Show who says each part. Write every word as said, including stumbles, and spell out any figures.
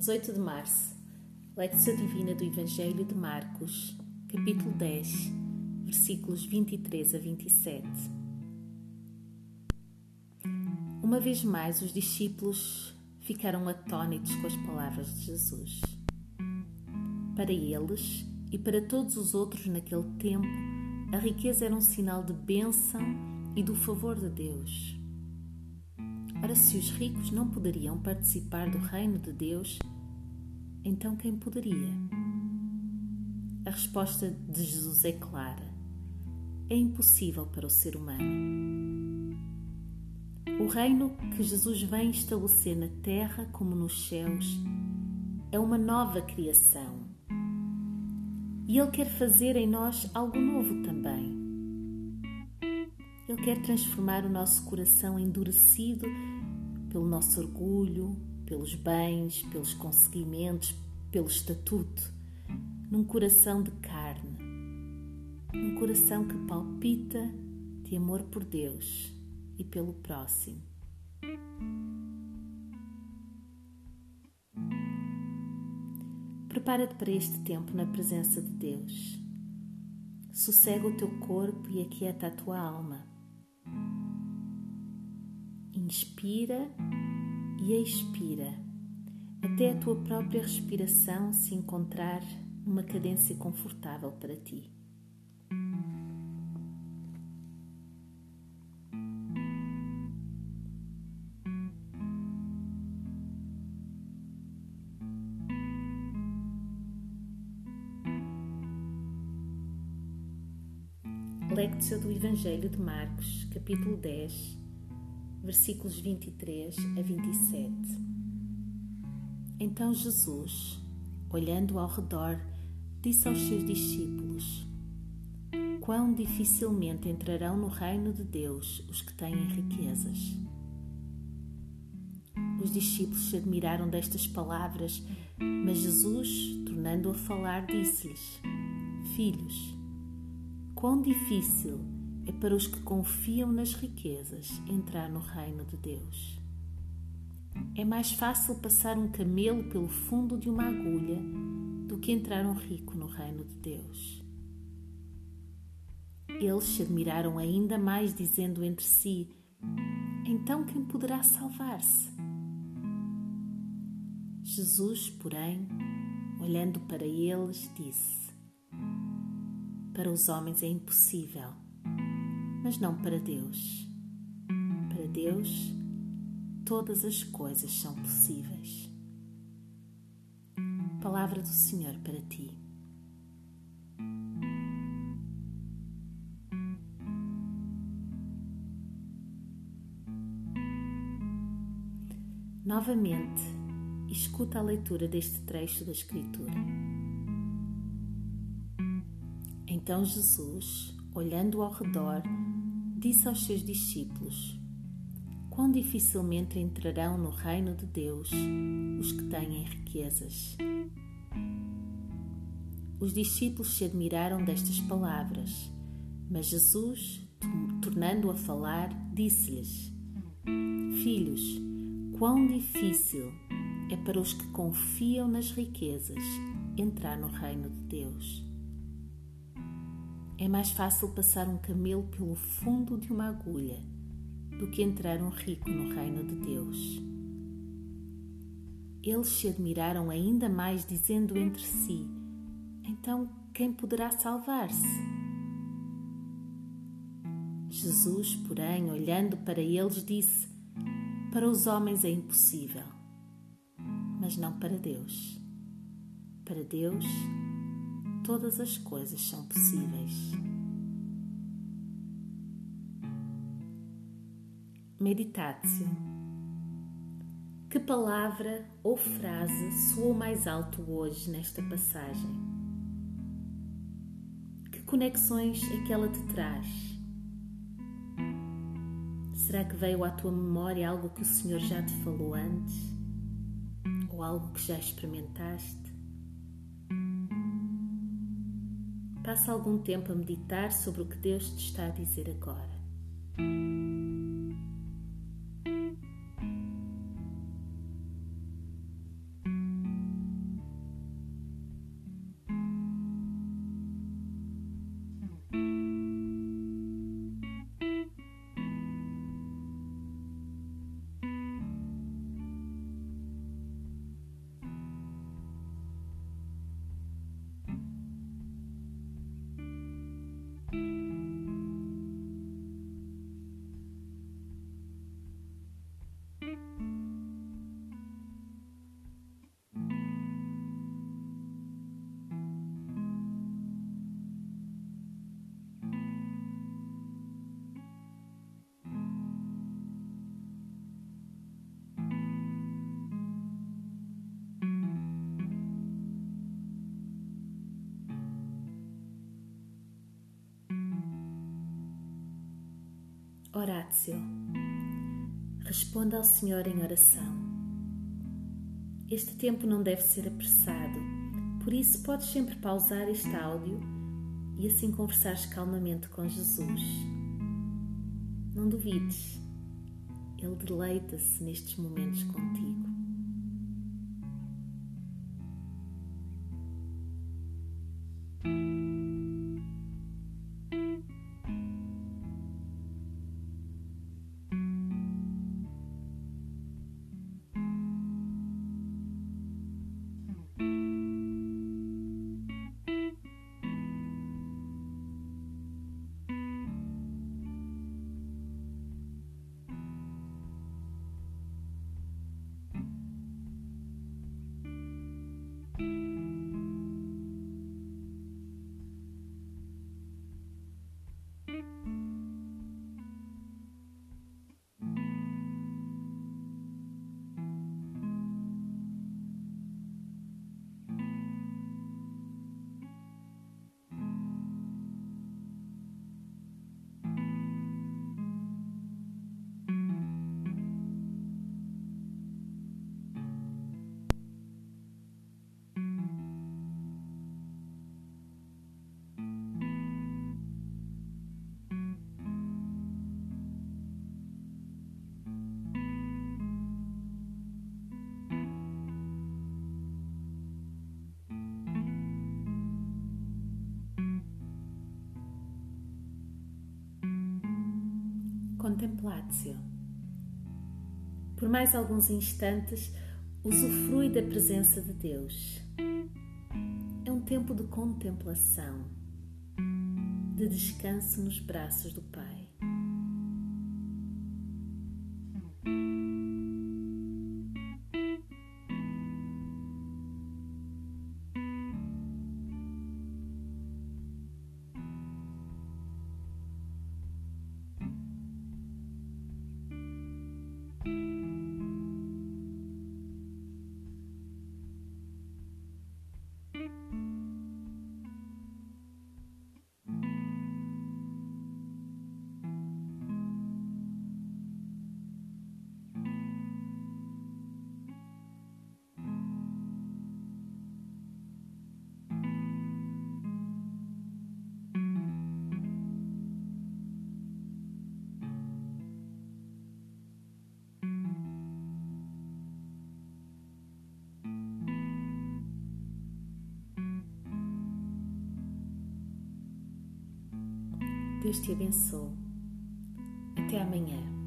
Speaker 1: dezoito de março, Lectura Divina do Evangelho de Marcos, capítulo dez, versículos vinte e três a vinte e sete. Uma vez mais, os discípulos ficaram atônitos com as palavras de Jesus. Para eles e para todos os outros naquele tempo, a riqueza era um sinal de bênção e do favor de Deus. Ora, se os ricos não poderiam participar do reino de Deus, então quem poderia? A resposta de Jesus é clara. É impossível para o ser humano. O reino que Jesus vem estabelecer na terra como nos céus é uma nova criação. E Ele quer fazer em nós algo novo também. Ele quer transformar o nosso coração endurecido pelo nosso orgulho, pelos bens, pelos conseguimentos, pelo estatuto, num coração de carne, num coração que palpita de amor por Deus e pelo próximo. Prepara-te para este tempo na presença de Deus. Sossega o teu corpo e aquieta a tua alma. Inspira e expira, até a tua própria respiração se encontrar numa cadência confortável para ti. Lectura do Evangelho de Marcos, capítulo dez, versículos vinte e três a vinte e sete. Então Jesus, olhando ao redor, disse aos seus discípulos: Quão dificilmente entrarão no reino de Deus os que têm riquezas. Os discípulos se admiraram destas palavras, mas Jesus, tornando a falar, disse-lhes: Filhos, quão difícil é para os que confiam nas riquezas entrar no reino de Deus. É mais fácil passar um camelo pelo fundo de uma agulha do que entrar um rico no reino de Deus. Eles se admiraram ainda mais, dizendo entre si: Então quem poderá salvar-se? Jesus, porém, olhando para eles, disse: Para os homens é impossível, mas não para Deus. Para Deus, todas as coisas são possíveis. Palavra do Senhor para ti. Novamente, escuta a leitura deste trecho da Escritura. Então Jesus, olhando ao redor, disse aos seus discípulos: Quão dificilmente entrarão no reino de Deus os que têm riquezas. Os discípulos se admiraram destas palavras, mas Jesus, tornando a falar, disse-lhes: Filhos, quão difícil é para os que confiam nas riquezas entrar no reino de Deus. É mais fácil passar um camelo pelo fundo de uma agulha do que entrar um rico no reino de Deus. Eles se admiraram ainda mais, dizendo entre si: Então quem poderá salvar-se? Jesus, porém, olhando para eles, disse: Para os homens é impossível, mas não para Deus. Para Deus, todas as coisas são possíveis. Meditatio. Que palavra ou frase soou mais alto hoje nesta passagem? Que conexões é que ela te traz? Será que veio à tua memória algo que o Senhor já te falou antes? Ou algo que já experimentaste? Passa algum tempo a meditar sobre o que Deus te está a dizer agora. Oratio. Responda ao Senhor em oração. Este tempo não deve ser apressado, por isso podes sempre pausar este áudio e assim conversares calmamente com Jesus. Não duvides, Ele deleita-se nestes momentos contigo. Contemplatio. Por mais alguns instantes, usufrui da presença de Deus. É um tempo de contemplação, de descanso nos braços do Pai. Deus te abençoe. Até amanhã.